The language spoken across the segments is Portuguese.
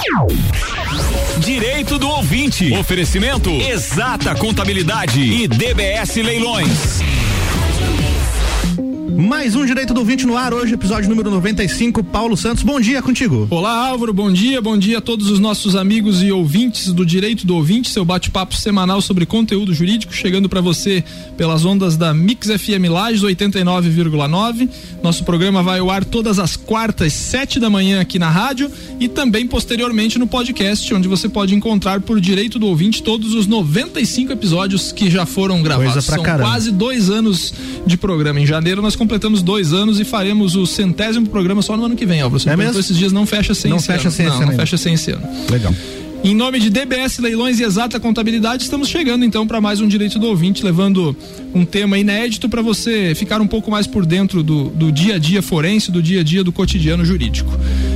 Direito do ouvinte. Oferecimento Exata Contabilidade e DBS Leilões. Mais um Direito do Ouvinte no ar, hoje episódio número 95, Paulo Santos, bom dia contigo. Olá Álvaro, bom dia a todos os nossos amigos e ouvintes do Direito do Ouvinte, seu bate-papo semanal sobre conteúdo jurídico, chegando para você pelas ondas da Mix FM Lages 89,9. Nosso programa vai ao ar todas as quartas, 7 da manhã aqui na rádio e também posteriormente no podcast, onde você pode encontrar por Direito do Ouvinte todos os 95 episódios que já foram gravados. São quase 2 anos de programa. Em janeiro nós completamos 2 anos e faremos o 100º programa só no ano que vem, Álvaro. É mesmo? Esses dias não fecha sem esse ano. Não fecha sem esse ano. Legal. Em nome de DBS Leilões e Exata Contabilidade, estamos chegando então para mais um Direito do Ouvinte, levando um tema inédito para você ficar um pouco mais por dentro do dia a dia forense, do dia a dia do cotidiano jurídico.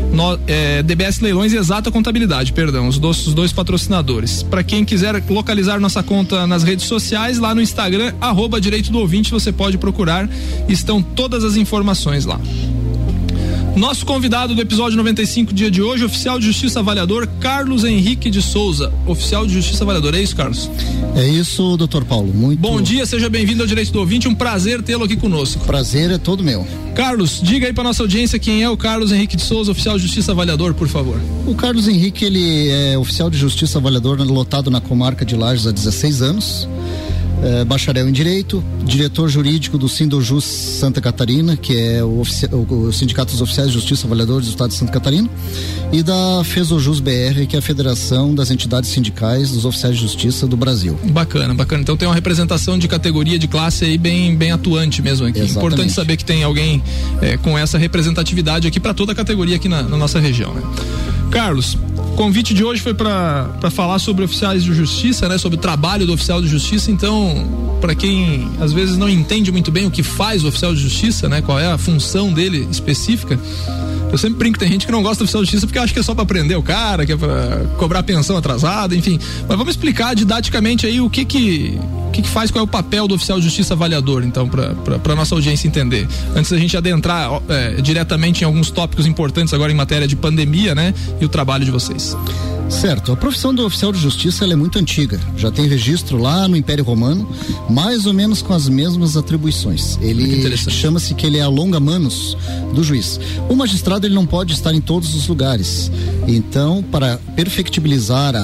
DBS Leilões e Exata Contabilidade, os dois patrocinadores. Para quem quiser localizar nossa conta nas redes sociais, lá no Instagram, @Direito do Ouvinte, você pode procurar, estão todas as informações lá. Nosso convidado do episódio 95, dia de hoje, oficial de justiça avaliador Carlos Henrique de Souza. Oficial de justiça avaliador, é isso, Carlos? É isso, doutor Paulo. Muito bom dia, seja bem-vindo ao Direito do Ouvinte, um prazer tê-lo aqui conosco. Prazer é todo meu. Carlos, diga aí para nossa audiência quem é o Carlos Henrique de Souza, oficial de justiça avaliador, por favor. O Carlos Henrique, ele é oficial de justiça avaliador lotado na comarca de Lages há 16 anos. Bacharel em Direito, diretor jurídico do Sindojus Santa Catarina, que é o Sindicato dos Oficiais de Justiça Avaliadores do Estado de Santa Catarina, e da Fesojus BR, que é a Federação das Entidades Sindicais dos Oficiais de Justiça do Brasil. Bacana. Então tem uma representação de categoria, de classe aí bem atuante mesmo aqui. Exatamente. Importante saber que tem alguém com essa representatividade aqui para toda a categoria aqui na nossa região, né? Carlos, o convite de hoje foi para falar sobre oficiais de justiça, né? Sobre o trabalho do oficial de justiça. Então, para quem às vezes não entende muito bem o que faz o oficial de justiça, né? Qual é a função dele específica, eu sempre brinco, tem gente que não gosta do oficial de justiça porque acha que é só para prender o cara, que é para cobrar pensão atrasada, enfim. Mas vamos explicar didaticamente aí o que faz, qual é o papel do oficial de justiça avaliador, então, para nossa audiência entender. Antes da gente adentrar diretamente em alguns tópicos importantes agora em matéria de pandemia, né? E o trabalho de vocês. Certo, a profissão do oficial de justiça ela é muito antiga, já tem registro lá no Império Romano, mais ou menos com as mesmas atribuições. Ele chama-se que ele é a longa manus do juiz. O magistrado ele não pode estar em todos os lugares, então para perfectibilizar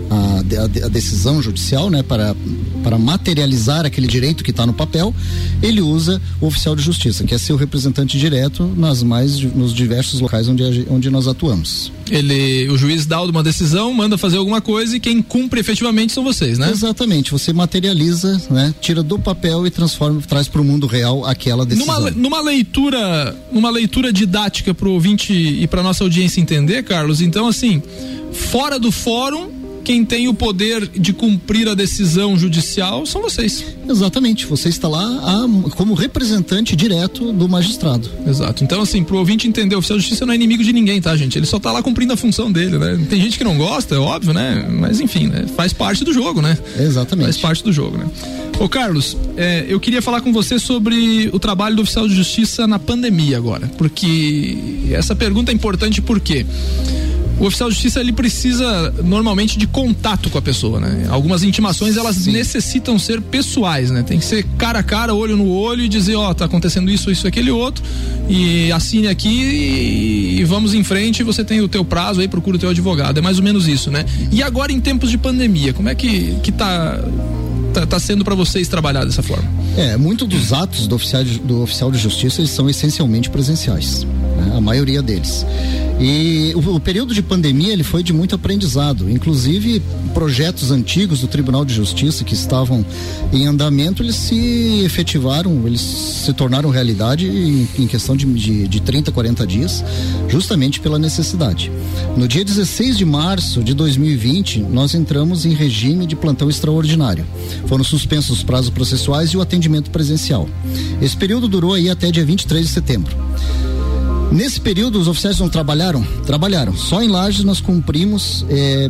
a decisão judicial, né, para materializar aquele direito que está no papel, ele usa o oficial de justiça, que é seu representante direto nos diversos locais onde nós atuamos. O juiz dá uma decisão, manda fazer alguma coisa e quem cumpre efetivamente são vocês, né? Exatamente, você materializa, né, tira do papel e traz para o mundo real aquela decisão. Numa leitura didática para o ouvinte e para nossa audiência entender, Carlos, então assim, fora do fórum, quem tem o poder de cumprir a decisão judicial são vocês. Exatamente, você está lá como representante direto do magistrado. Exato, então assim, pro ouvinte entender, o oficial de justiça não é inimigo de ninguém, tá, gente? Ele só tá lá cumprindo a função dele, né? Tem gente que não gosta, é óbvio, né? Mas enfim, né? Faz parte do jogo, né? Exatamente. Faz parte do jogo, né? Ô Carlos, eu queria falar com você sobre o trabalho do oficial de justiça na pandemia agora, porque essa pergunta é importante porque o oficial de justiça ele precisa normalmente de contato com a pessoa, né? Algumas intimações elas necessitam ser pessoais, né? Tem que ser cara a cara, olho no olho e dizer, tá acontecendo isso, aquele outro e assine aqui e vamos em frente, você tem o teu prazo aí, procura o teu advogado, é mais ou menos isso, né? E agora em tempos de pandemia, como é que tá sendo para vocês trabalhar dessa forma? Muito dos atos do oficial de justiça eles são essencialmente presenciais, né? A maioria deles. E o período de pandemia ele foi de muito aprendizado, inclusive projetos antigos do Tribunal de Justiça que estavam em andamento, eles se efetivaram, eles se tornaram realidade em questão de 30, 40 dias, justamente pela necessidade. No dia 16 de março de 2020, nós entramos em regime de plantão extraordinário. Foram suspensos os prazos processuais e o atendimento presencial.Esse período durou aí até dia 23 de setembro. Nesse período, os oficiais não trabalharam? Trabalharam. Só em Lages nós cumprimos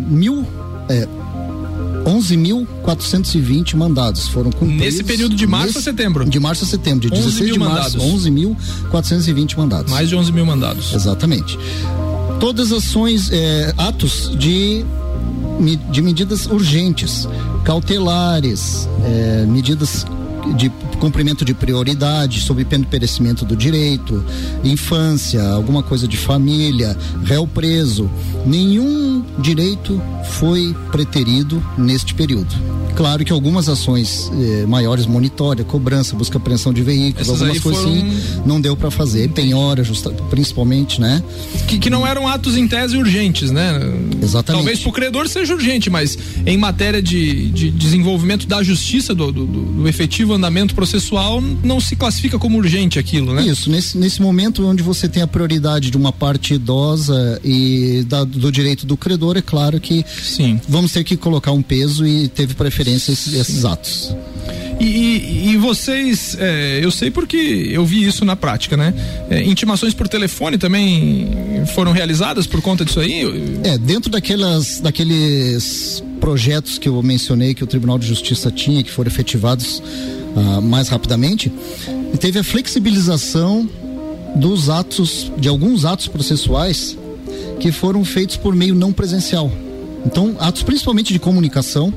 11.420 mandados foram cumpridos. Nesse período de março a setembro? De março a setembro, de 16 de março, 11.420 mandados. Mais de 11 mil mandados. Exatamente. todas as ações, atos de medidas urgentes, cautelares, medidas de cumprimento de prioridade, sob pena de perecimento do direito, infância, alguma coisa de família, réu preso. Nenhum direito foi preterido neste período. Claro que algumas ações maiores, monitória, cobrança, busca apreensão de veículos, essas algumas coisas assim, não deu para fazer, penhora, principalmente, né? Que não eram atos em tese urgentes, né? Exatamente. Talvez pro credor seja urgente, mas em matéria de desenvolvimento da justiça, do efetivo andamento processual, não se classifica como urgente aquilo, né? Isso, nesse momento onde você tem a prioridade de uma parte idosa e do direito do credor, é claro que sim, vamos ter que colocar um peso e teve preferência esses atos. E vocês, eu sei porque eu vi isso na prática, né? Intimações por telefone também foram realizadas por conta disso aí? Dentro daqueles projetos que eu mencionei que o Tribunal de Justiça tinha, que foram efetivados mais rapidamente, teve a flexibilização dos atos, de alguns atos processuais que foram feitos por meio não presencial. Então, atos principalmente de comunicação,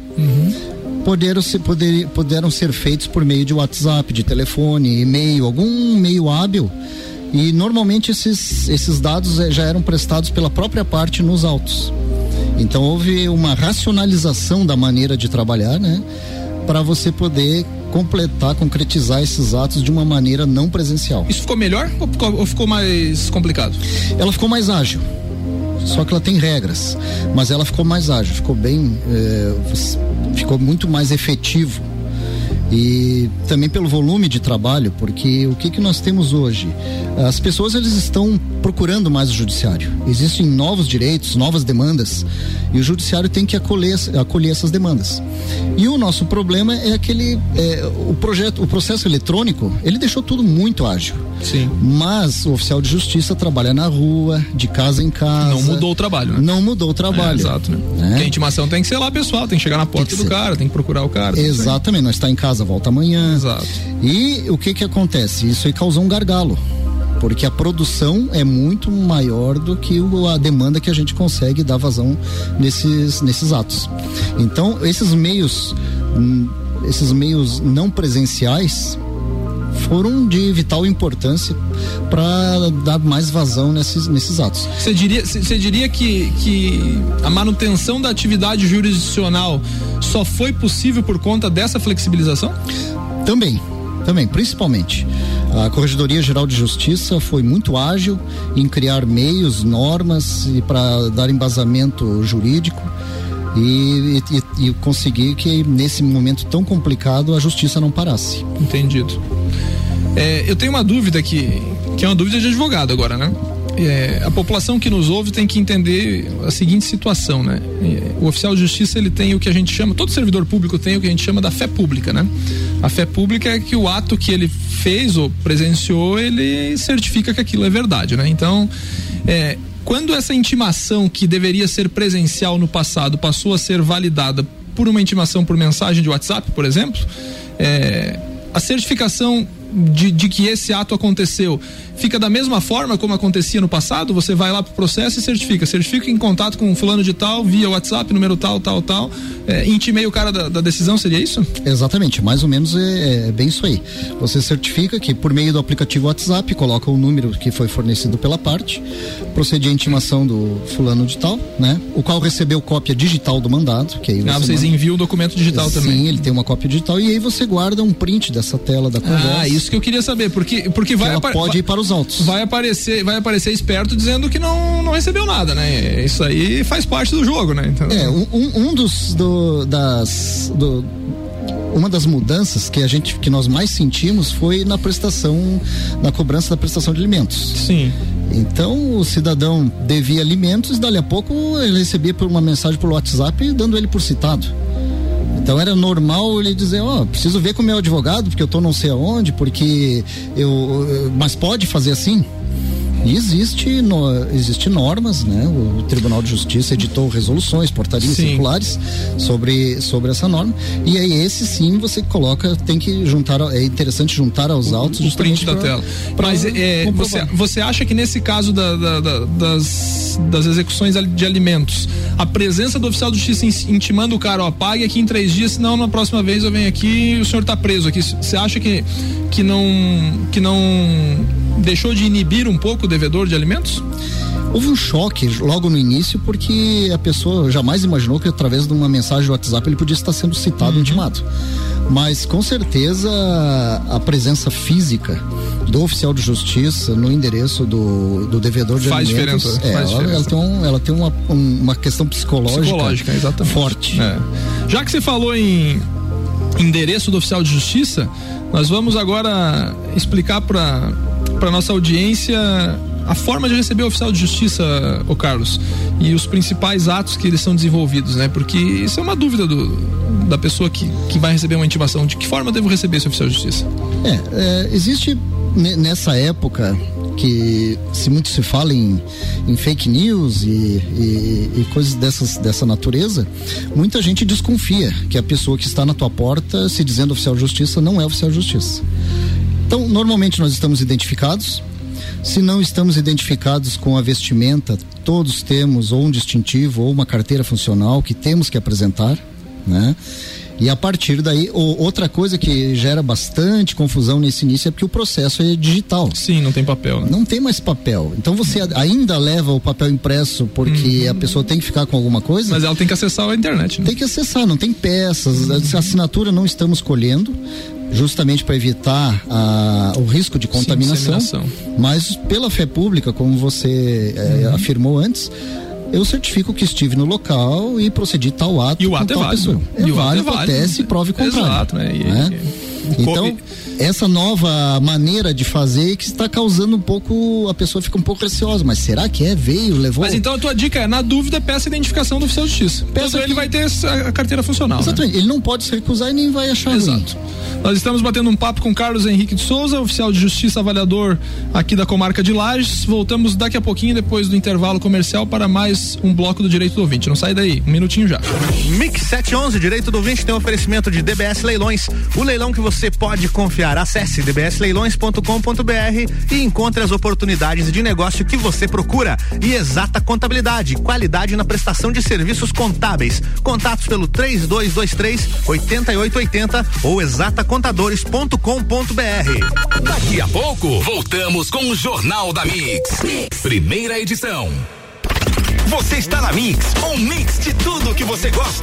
puderam ser feitos por meio de WhatsApp, de telefone, e-mail, algum meio hábil, e normalmente esses dados já eram prestados pela própria parte nos autos. Então houve uma racionalização da maneira de trabalhar, né, para você poder concretizar esses atos de uma maneira não presencial. Isso ficou melhor ou ficou mais complicado? Ela ficou mais ágil. Só que ela tem regras, mas ela ficou mais ágil, ficou muito mais efetivo. E também pelo volume de trabalho, porque o que nós temos hoje? As pessoas, eles estão procurando mais o judiciário. Existem novos direitos, novas demandas, e o judiciário tem que acolher essas demandas. E o nosso problema é o processo eletrônico, ele deixou tudo muito ágil. Sim. Mas o oficial de justiça trabalha na rua, de casa em casa. Não mudou o trabalho, né? Não mudou o trabalho. Exato, né? Porque a intimação tem que ser lá pessoal, tem que chegar na porta do cara, tem que procurar o cara. Exatamente, nós está em casa, volta amanhã. Exato. E o que acontece? Isso aí causou um gargalo, porque a produção é muito maior do que a demanda que a gente consegue dar vazão nesses atos. Então, esses meios não presenciais foram de vital importância para dar mais vazão nesses atos. Você diria que a manutenção da atividade jurisdicional só foi possível por conta dessa flexibilização? Também, principalmente. A Corregedoria Geral de Justiça foi muito ágil em criar meios, normas e para dar embasamento jurídico e conseguir que nesse momento tão complicado a justiça não parasse. Entendido. Eu tenho uma dúvida que é uma dúvida de advogado agora, né? A população que nos ouve tem que entender a seguinte situação, né? O oficial de justiça, ele tem o que a gente chama, todo servidor público tem o que a gente chama da fé pública, né? A fé pública é que o ato que ele fez ou presenciou, ele certifica que aquilo é verdade, né? Então, quando essa intimação que deveria ser presencial no passado passou a ser validada por uma intimação por mensagem de WhatsApp, por exemplo, a certificação de que esse ato aconteceu fica da mesma forma como acontecia no passado? Você vai lá pro processo e certifica em contato com fulano de tal, via WhatsApp, número tal, intimei o cara da decisão, seria isso? Exatamente, mais ou menos é bem isso aí. Você certifica que por meio do aplicativo WhatsApp, coloca o número que foi fornecido pela parte, procede a intimação do fulano de tal, né? O qual recebeu cópia digital do mandado, que aí vocês enviam o documento digital também? Sim, ele tem uma cópia digital e aí você guarda um print dessa tela da conversa. Isso que eu queria saber, porque pode ir para os autos. Vai aparecer esperto dizendo que não recebeu nada, né? Isso aí faz parte do jogo, né? Então... Uma das mudanças que nós mais sentimos foi na cobrança da prestação de alimentos. Sim. Então o cidadão devia alimentos e dali a pouco ele recebia por uma mensagem pelo WhatsApp dando ele por citado. Então era normal ele dizer, preciso ver com o meu advogado porque eu tô não sei aonde, mas pode fazer assim? E existe normas, né? O Tribunal de Justiça editou resoluções, portarias, circulares sobre essa norma. E aí esse sim você coloca, tem que juntar, é interessante juntar aos autos o print da tela. Mas você acha que nesse caso das execuções de alimentos, a presença do oficial de justiça intimando o cara, ó, pague aqui em 3 dias, senão na próxima vez eu venho aqui e o senhor tá preso aqui. Você acha que não deixou de inibir um pouco o devedor de alimentos? Houve um choque logo no início, porque a pessoa jamais imaginou que através de uma mensagem do WhatsApp ele podia estar sendo citado, intimado. Mas com certeza a presença física do oficial de justiça no endereço do devedor de alimentos faz diferença. Ela tem uma questão psicológica exatamente. Forte. Já que você falou em endereço do oficial de justiça, nós vamos agora explicar para nossa audiência a forma de receber o oficial de justiça, ô Carlos, e os principais atos que eles são desenvolvidos, né? Porque isso é uma dúvida da pessoa que vai receber uma intimação. De que forma eu devo receber esse oficial de justiça? Existe nessa época que muito se fala em fake news e coisas dessa natureza, muita gente desconfia que a pessoa que está na tua porta se dizendo oficial de justiça não é oficial de justiça. Então, normalmente nós estamos identificados. Se não estamos identificados com a vestimenta, todos temos ou um distintivo ou uma carteira funcional que temos que apresentar, né? E a partir daí, outra coisa que gera bastante confusão nesse início é porque o processo é digital. Sim, não tem papel, né? Não tem mais papel. Então você ainda leva o papel impresso porque a pessoa tem que ficar com alguma coisa. Mas ela tem que acessar a internet, né? Tem que acessar, não tem peças. A assinatura não estamos colhendo, justamente para evitar o risco de contaminação. Mas pela fé pública, como você afirmou antes, eu certifico que estive no local e procedi tal ato. E o ato é válido. É válido até se prove contrário. Exato, né? Então, essa nova maneira de fazer que está causando um pouco, a pessoa fica um pouco receosa, mas será que veio, levou? Mas então a tua dica é, na dúvida, peça a identificação do oficial de justiça. Ele vai ter a carteira funcional. Exatamente, né? Ele não pode se recusar e nem vai achar ruim. Nós estamos batendo um papo com Carlos Henrique de Souza, oficial de justiça avaliador aqui da comarca de Lages. Voltamos daqui a pouquinho, depois do intervalo comercial, para mais um bloco do Direito do Ouvinte. Não sai daí, um minutinho já. Mix 711, Direito do Ouvinte, tem um oferecimento de DBS Leilões, o leilão que você pode confiar. Acesse dbsleilões.com.br e encontre as oportunidades de negócio que você procura. E Exata Contabilidade, qualidade na prestação de serviços contábeis. Contatos pelo 3223-8880 ou exatacontadores.com.br. Daqui a pouco, voltamos com o Jornal da Mix. Primeira edição. Você está na Mix, um mix de tudo que você gosta.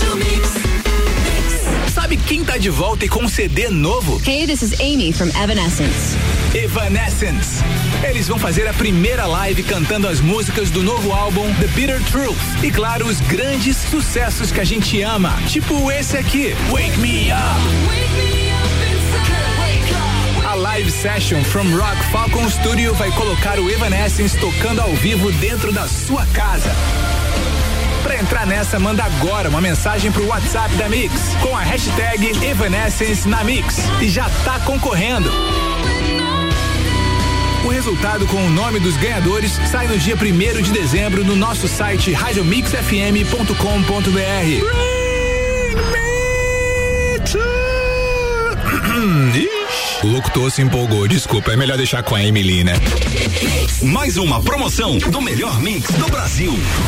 Sabe quem tá de volta e com um CD novo? Hey, this is Amy from Evanescence. Evanescence. Eles vão fazer a primeira live cantando as músicas do novo álbum The Bitter Truth. E claro, os grandes sucessos que a gente ama. Tipo esse aqui, Wake Me Up. A live session From Rock Falcon Studio vai colocar o Evanescence tocando ao vivo dentro da sua casa. Pra entrar nessa, manda agora uma mensagem pro WhatsApp da Mix com a hashtag Evanescence na Mix e já tá concorrendo. O resultado com o nome dos ganhadores sai no dia 1º de dezembro no nosso site radiomixfm.com.br. O locutor se empolgou, desculpa, é melhor deixar com a Emily, né? Mais uma promoção do melhor mix do Brasil.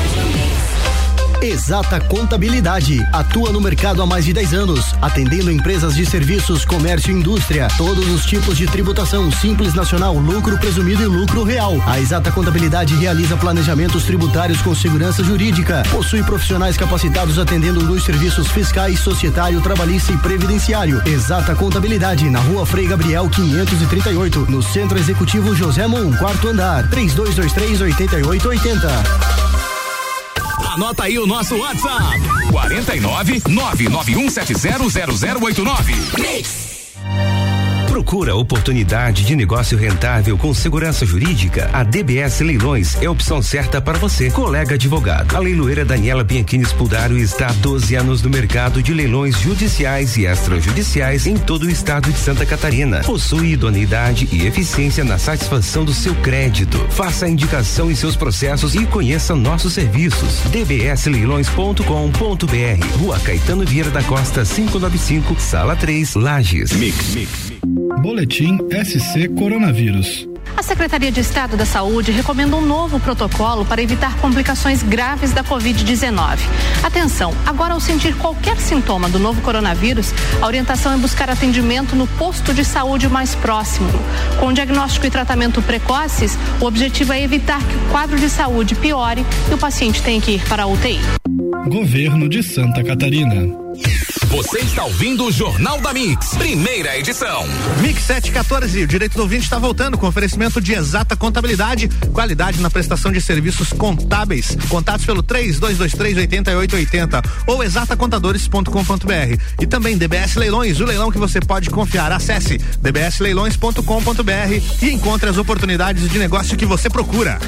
Exata Contabilidade. Atua no mercado há mais de 10 anos, atendendo empresas de serviços, comércio e indústria. Todos os tipos de tributação, simples, nacional, lucro presumido e lucro real. A Exata Contabilidade realiza planejamentos tributários com segurança jurídica. Possui profissionais capacitados atendendo nos serviços fiscais, societário, trabalhista e previdenciário. Exata Contabilidade, na Rua Frei Gabriel 538, no Centro Executivo José Mon, 4º andar, 3223-8880. Anota aí o nosso WhatsApp: 49 991700089. Procura oportunidade de negócio rentável com segurança jurídica? A DBS Leilões é a opção certa para você, colega advogado. A leiloeira Daniela Bianchini Spudário está há 12 anos no mercado de leilões judiciais e extrajudiciais em todo o estado de Santa Catarina. Possui idoneidade e eficiência na satisfação do seu crédito. Faça a indicação em seus processos e conheça nossos serviços. dbsleilões.com.br, Rua Caetano Vieira da Costa 595, Sala 3, Lages. Boletim SC Coronavírus. A Secretaria de Estado da Saúde recomenda um novo protocolo para evitar complicações graves da Covid-19. Atenção, agora ao sentir qualquer sintoma do novo coronavírus, a orientação é buscar atendimento no posto de saúde mais próximo. Com diagnóstico e tratamento precoces, o objetivo é evitar que o quadro de saúde piore e o paciente tenha que ir para a UTI. Governo de Santa Catarina. Você está ouvindo o Jornal da Mix, primeira edição. Mix 714, o Direito do Ouvinte está voltando com oferecimento de Exata Contabilidade, qualidade na prestação de serviços contábeis. Contatos pelo 3223-8880 ou exatacontadores.com.br. E também DBS Leilões, o leilão que você pode confiar. Acesse dbsleilões.com.br e encontre as oportunidades de negócio que você procura.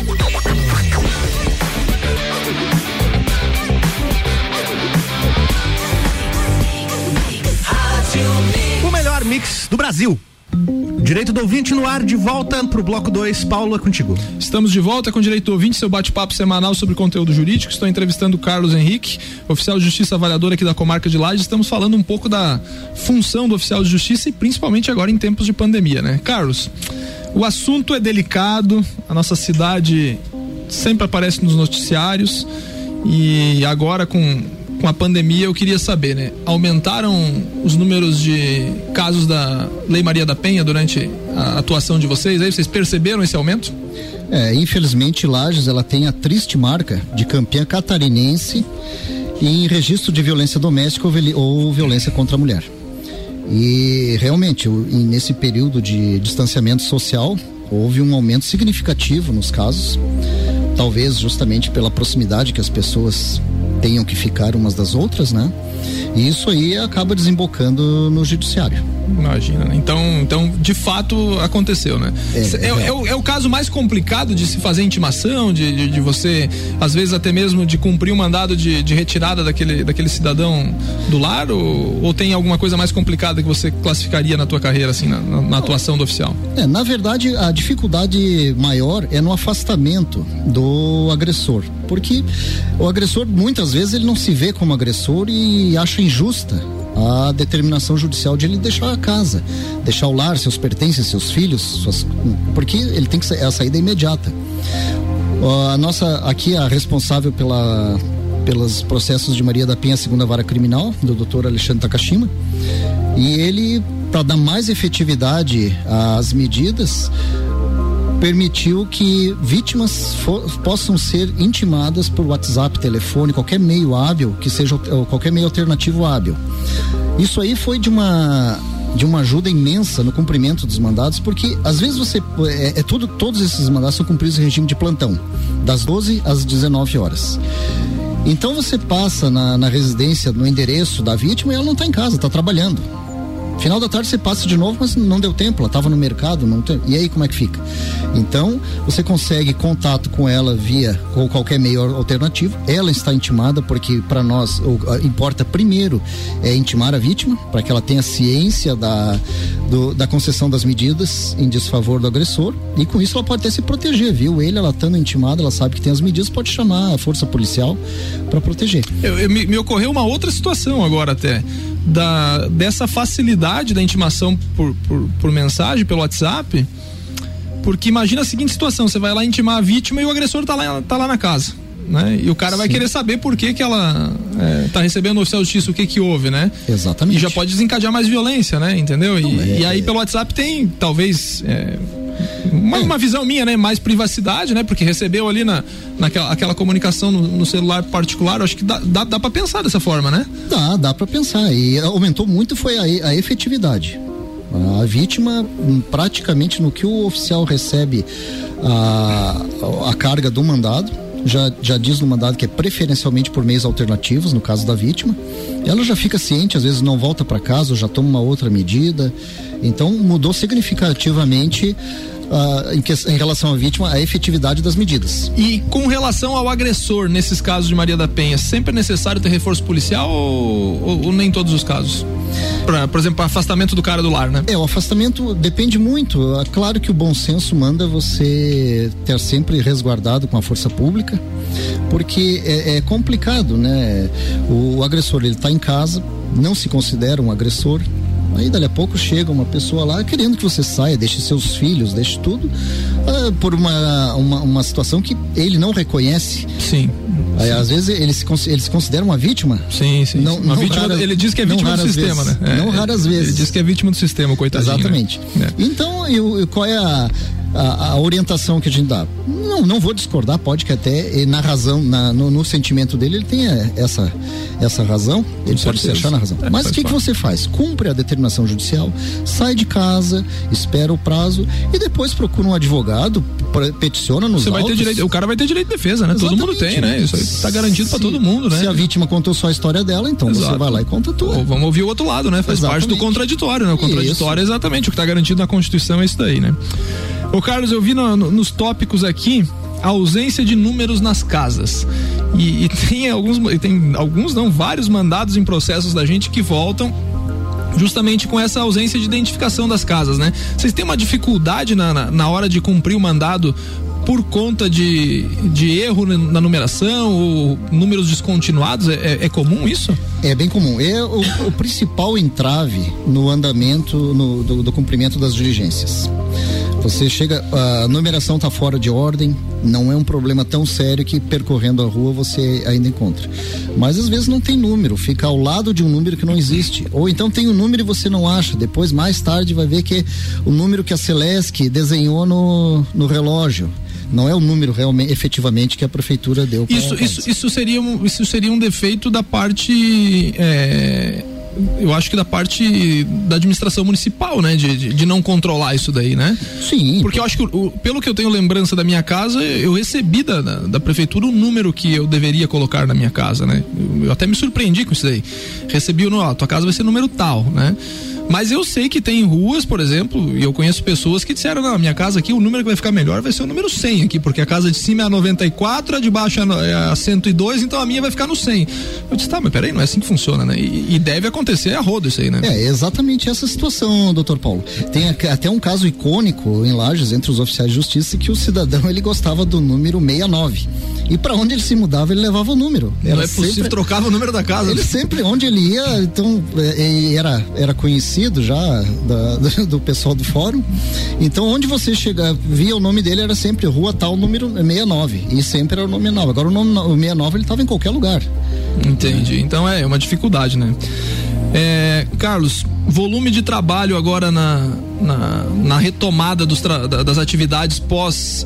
O melhor mix do Brasil. Direito do Ouvinte no ar, de volta pro bloco 2. Paulo, é contigo. Estamos de volta com o Direito do Ouvinte, seu bate-papo semanal sobre conteúdo jurídico. Estou entrevistando o Carlos Henrique, oficial de justiça avaliador aqui da comarca de Lages. Estamos falando um pouco da função do oficial de justiça e principalmente agora em tempos de pandemia, né? Carlos, o assunto é delicado, a nossa cidade sempre aparece nos noticiários e agora com a pandemia eu queria saber, né? Aumentaram os números de casos da Lei Maria da Penha durante a atuação de vocês? Aí vocês perceberam esse aumento? Infelizmente Lages ela tem a triste marca de campeã catarinense em registro de violência doméstica ou violência contra a mulher. E realmente nesse período de distanciamento social houve um aumento significativo nos casos, talvez justamente pela proximidade que as pessoas tenham que ficar umas das outras, né? E isso aí acaba desembocando no judiciário. Imagina, né? Então de fato aconteceu, né? É o caso mais complicado de se fazer intimação, de você, às vezes até mesmo de cumprir um mandado de retirada daquele cidadão do lar, ou tem alguma coisa mais complicada que você classificaria na tua carreira, assim, na atuação do oficial? Na verdade, a dificuldade maior é no afastamento do agressor, porque o agressor muitas vezes ele não se vê como agressor e acha injusta a determinação judicial de ele deixar a casa, deixar o lar, seus pertences, seus filhos, porque ele tem que a saída imediata. Aqui a responsável pelos processos de Maria da Penha, segunda vara criminal, do Dr. Alexandre Takashima, e ele, para dar mais efetividade às medidas, permitiu que vítimas possam ser intimadas por WhatsApp, telefone, qualquer meio hábil, que seja qualquer meio alternativo hábil. Isso aí foi de uma ajuda imensa no cumprimento dos mandados, porque às vezes todos esses mandados são cumpridos em regime de plantão, das 12 às 19 horas. Então você passa na residência, no endereço da vítima e ela não está em casa, está trabalhando. Final da tarde você passa de novo, mas não deu tempo, ela estava no mercado, e aí como é que fica? Então, você consegue contato com ela com qualquer meio alternativo, ela está intimada, porque para nós importa primeiro intimar a vítima, para que ela tenha ciência da concessão das medidas em desfavor do agressor, e com isso ela pode até se proteger, viu? Ela estando intimada, ela sabe que tem as medidas, pode chamar a força policial para proteger. Me ocorreu uma outra situação agora até, dessa facilidade da intimação por mensagem, pelo WhatsApp, porque imagina a seguinte situação: você vai lá intimar a vítima e o agressor tá lá na casa, né? E o cara vai querer saber por que ela tá recebendo o oficial de justiça, o que houve, né? Exatamente. E já pode desencadear mais violência, né? Entendeu? E aí pelo WhatsApp tem talvez uma visão minha, né? Mais privacidade, né? Porque recebeu ali naquela comunicação no celular particular. Eu acho que dá pra pensar dessa forma, né? Dá pra pensar. E aumentou muito foi a efetividade. A vítima, praticamente no que o oficial recebe a carga do mandado, já diz no mandado que é preferencialmente por meios alternativos, no caso da vítima. Ela já fica ciente, às vezes não volta para casa, ou já toma uma outra medida. Então mudou significativamente em relação à vítima, a efetividade das medidas. E com relação ao agressor, nesses casos de Maria da Penha, sempre é necessário ter reforço policial ou nem todos os casos? Por exemplo, afastamento do cara do lar, né? O afastamento depende muito. É claro que o bom senso manda você ter sempre resguardado com a força pública, porque é complicado, né? O agressor, ele tá em casa, não se considera um agressor. Aí dali a pouco chega uma pessoa lá querendo que você saia, deixe seus filhos, deixe tudo, por uma situação que ele não reconhece. Sim. Aí, às vezes ele se considera uma vítima. Sim. Uma vítima, ele diz que é vítima do sistema, vezes, né? Não raras vezes. Ele diz que é vítima do sistema, coitadinho. Exatamente. Né? Então, qual é a orientação que a gente dá? Não vou discordar, pode que até na razão, no sentimento dele, ele tenha essa razão, ele pode se achar na razão. Mas o que você faz? Cumpre a determinação judicial, sai de casa, espera o prazo e depois procura um advogado, peticiona nos autos. Vai ter direito, o cara vai ter direito de defesa, né? Exatamente. Todo mundo tem, né? Isso aí tá garantido para todo mundo, né? Se a vítima contou só a história dela, então você vai lá e conta tudo. Vamos ouvir o outro lado, né? Faz parte do contraditório, né? O contraditório é exatamente o que tá garantido na Constituição, é isso daí, né? Ô Carlos, eu vi nos tópicos aqui a ausência de números nas casas e vários mandados em processos da gente que voltam justamente com essa ausência de identificação das casas, né? Vocês têm uma dificuldade na hora de cumprir o mandado por conta de erro na numeração ou números descontinuados? É comum isso? É bem comum. É o principal entrave no andamento do cumprimento das diligências. Você chega, a numeração está fora de ordem, não é um problema tão sério que percorrendo a rua você ainda encontra. Mas às vezes não tem número, fica ao lado de um número que não existe. Ou então tem um número e você não acha. Depois, mais tarde, vai ver que o número que a Celesc desenhou no relógio. Não é o número realmente, efetivamente, que a prefeitura deu. Isso seria um defeito da parte. Eu acho que da parte da administração municipal, né? De não controlar isso daí, né? Sim. Porque eu acho que, pelo que eu tenho lembrança da minha casa, eu recebi da prefeitura o número que eu deveria colocar na minha casa, né? Eu até me surpreendi com isso daí. Recebi tua casa vai ser número tal, né? Mas eu sei que tem ruas, por exemplo, e eu conheço pessoas que disseram, não, a minha casa aqui, o número que vai ficar melhor vai ser o número 100 aqui, porque a casa de cima é a 94, a de baixo é a 102, então a minha vai ficar no 100. Eu disse, mas peraí, não é assim que funciona, né? E deve acontecer a rodo isso aí, né? É exatamente essa situação, doutor Paulo. Tem até um caso icônico em Lages, entre os oficiais de justiça, que o cidadão, ele gostava do número 69. E para onde ele se mudava, ele levava o número. Não é possível, trocava o número da casa. Ele sempre, onde ele ia, então, era conhecido já do pessoal do fórum. Então, onde você via o nome dele, era sempre rua tal, número 69. E sempre era o nome 9. Agora o 69 ele estava em qualquer lugar. Entendi. Então é uma dificuldade, né? Carlos, volume de trabalho agora na retomada das atividades pós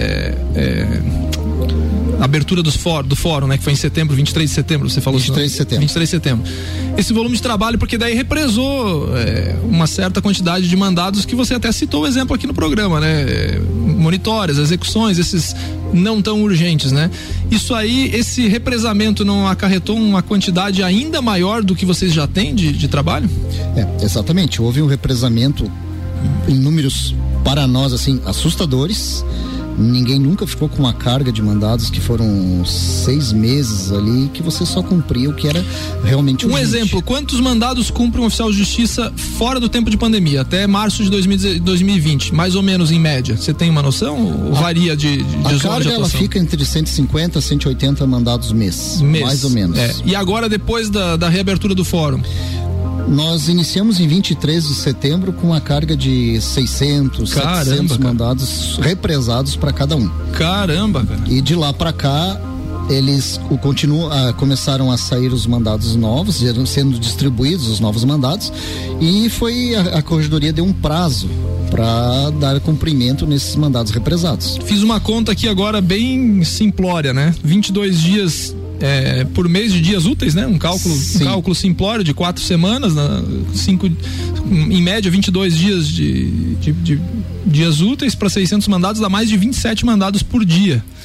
abertura do fórum, né? Que foi em setembro, 23 de setembro, você falou. 23 de setembro. 23 de setembro. Esse volume de trabalho, porque daí represou uma certa quantidade de mandados que você até citou o exemplo aqui no programa, né? Monitórias, execuções, esses não tão urgentes, né? Isso aí, esse represamento não acarretou uma quantidade ainda maior do que vocês já têm de trabalho? Exatamente. Houve um represamento em números, para nós, assim, assustadores. Ninguém nunca ficou com uma carga de mandados que foram 6 meses ali, que você só cumpria o que era realmente urgente. Um exemplo, quantos mandados cumpre um oficial de justiça fora do tempo de pandemia, até março de 2020, mais ou menos em média? Você tem uma noção? Ou varia de a carga, ela fica entre 150 a 180 mandados mês, mais ou menos. E agora, depois da reabertura do fórum? Nós iniciamos em 23 de setembro com uma carga de 600, 700 mandados represados para cada um. Caramba, cara. E de lá para cá, eles começaram a sair os mandados novos, sendo distribuídos os novos mandados, e a corregedoria deu um prazo para dar cumprimento nesses mandados represados. Fiz uma conta aqui agora bem simplória, né? 22 dias por mês de dias úteis, né? Um cálculo simplório de 4 semanas, em média 22 dias de dias úteis para 600 mandados, dá mais de 27 mandados por dia.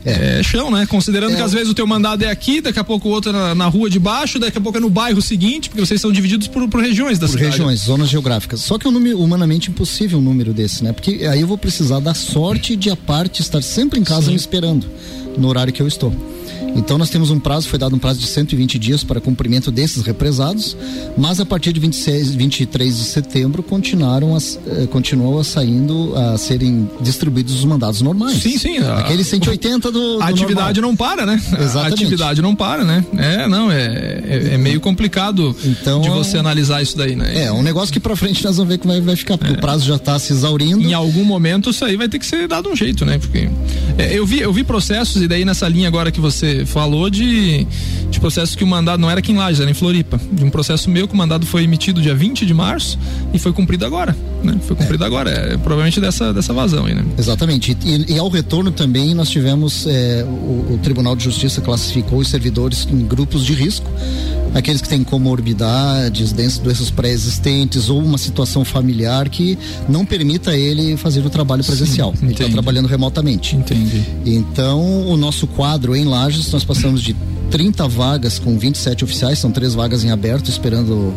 É chão, né? Considerando que às vezes o teu mandado é aqui, daqui a pouco o outro é na rua de baixo, daqui a pouco é no bairro seguinte, porque vocês são divididos por regiões da cidade. Por regiões, zonas geográficas. Só que é humanamente impossível um número desse, né? Porque aí eu vou precisar da sorte de a parte estar sempre em casa me esperando no horário que eu estou. Então nós temos foi dado um prazo de 120 dias para cumprimento desses represados, mas a partir de 23 de setembro continuam a serem distribuídos os mandados normais. Sim. Aquele 180 do A atividade normal. Não para, né? Exatamente. A atividade não para, né? É meio complicado de você analisar isso daí, né? É um negócio que pra frente nós vamos ver como vai ficar, porque o prazo já está se exaurindo. Em algum momento isso aí vai ter que ser dado um jeito, né? Porque eu vi processos, e daí nessa linha agora que você falou de processos que o mandado não era aqui em Lages, era em Floripa, de um processo meu que o mandado foi emitido dia 20 de março e foi cumprido agora, né? Foi cumprido agora, provavelmente dessa vazão aí, né? Exatamente, e ao retorno também nós tivemos, o Tribunal de Justiça classificou os servidores em grupos de risco, aqueles que têm comorbidades, doenças pré-existentes ou uma situação familiar que não permita ele fazer o trabalho presencial. Ele está trabalhando remotamente. Entendi. Então, o nosso quadro em Lages, nós passamos de 30 vagas com 27 oficiais, são 3 vagas em aberto esperando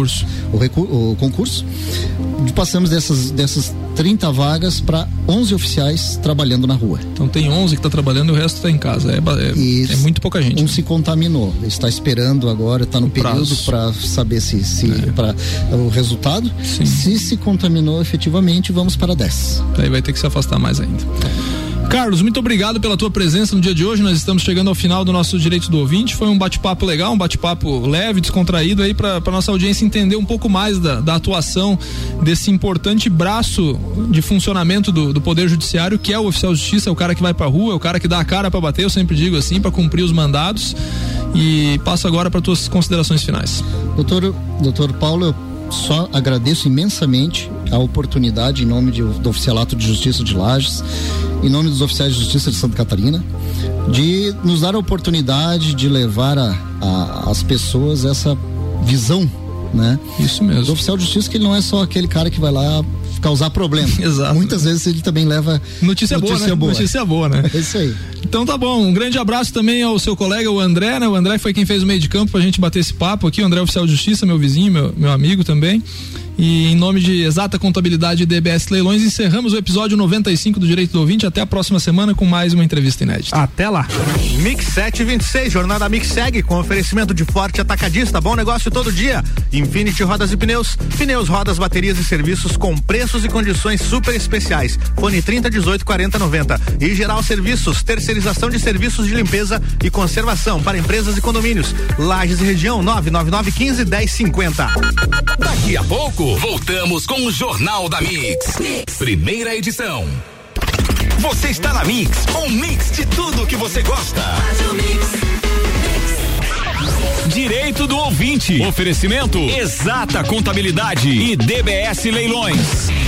o concurso. Passamos dessas 30 vagas para 11 oficiais trabalhando na rua. Então tem 11 que está trabalhando e o resto está em casa. É muito pouca gente. Se contaminou, está esperando agora, está no período para saber para o resultado. Sim. Se contaminou efetivamente, vamos para 10. Aí vai ter que se afastar mais ainda. Carlos, muito obrigado pela tua presença no dia de hoje. Nós estamos chegando ao final do nosso Direito do Ouvinte. Foi um bate-papo legal, um bate-papo leve, descontraído aí para nossa audiência entender um pouco mais da atuação desse importante braço de funcionamento do Poder Judiciário, que é o oficial de justiça, é o cara que vai pra rua, é o cara que dá a cara para bater, eu sempre digo assim, para cumprir os mandados. E passo agora para tuas considerações finais. Doutor Paulo, eu só agradeço imensamente a oportunidade em nome do Oficialato de Justiça de Lages, em nome dos oficiais de justiça de Santa Catarina, de nos dar a oportunidade de levar às pessoas essa visão, né? Isso mesmo. Do oficial de justiça, que ele não é só aquele cara que vai lá causar problema. Exato. Muitas vezes ele também leva notícia boa. Notícia boa, né? É isso aí. Então tá bom, um grande abraço também ao seu colega, o André, né? O André foi quem fez o meio de campo pra gente bater esse papo aqui, o André é oficial de justiça, meu vizinho, meu amigo também. E em nome de Exata Contabilidade e DBS Leilões, encerramos o episódio 95 do Direito do Ouvinte. Até a próxima semana com mais uma entrevista inédita. Até lá. Mix 726, jornada Mix segue com oferecimento de Forte Atacadista, bom negócio todo dia. Infinity Rodas e Pneus, rodas, baterias e serviços com preços e condições super especiais. Fone 3018-4090. E Geral Serviços, terceirização de serviços de limpeza e conservação para empresas e condomínios. Lages e região, 99915-1050. Daqui a pouco voltamos com o Jornal da Mix. Primeira edição. Você está na Mix, um mix de tudo que você gosta. Direito do Ouvinte. Oferecimento Exata Contabilidade e DBS Leilões.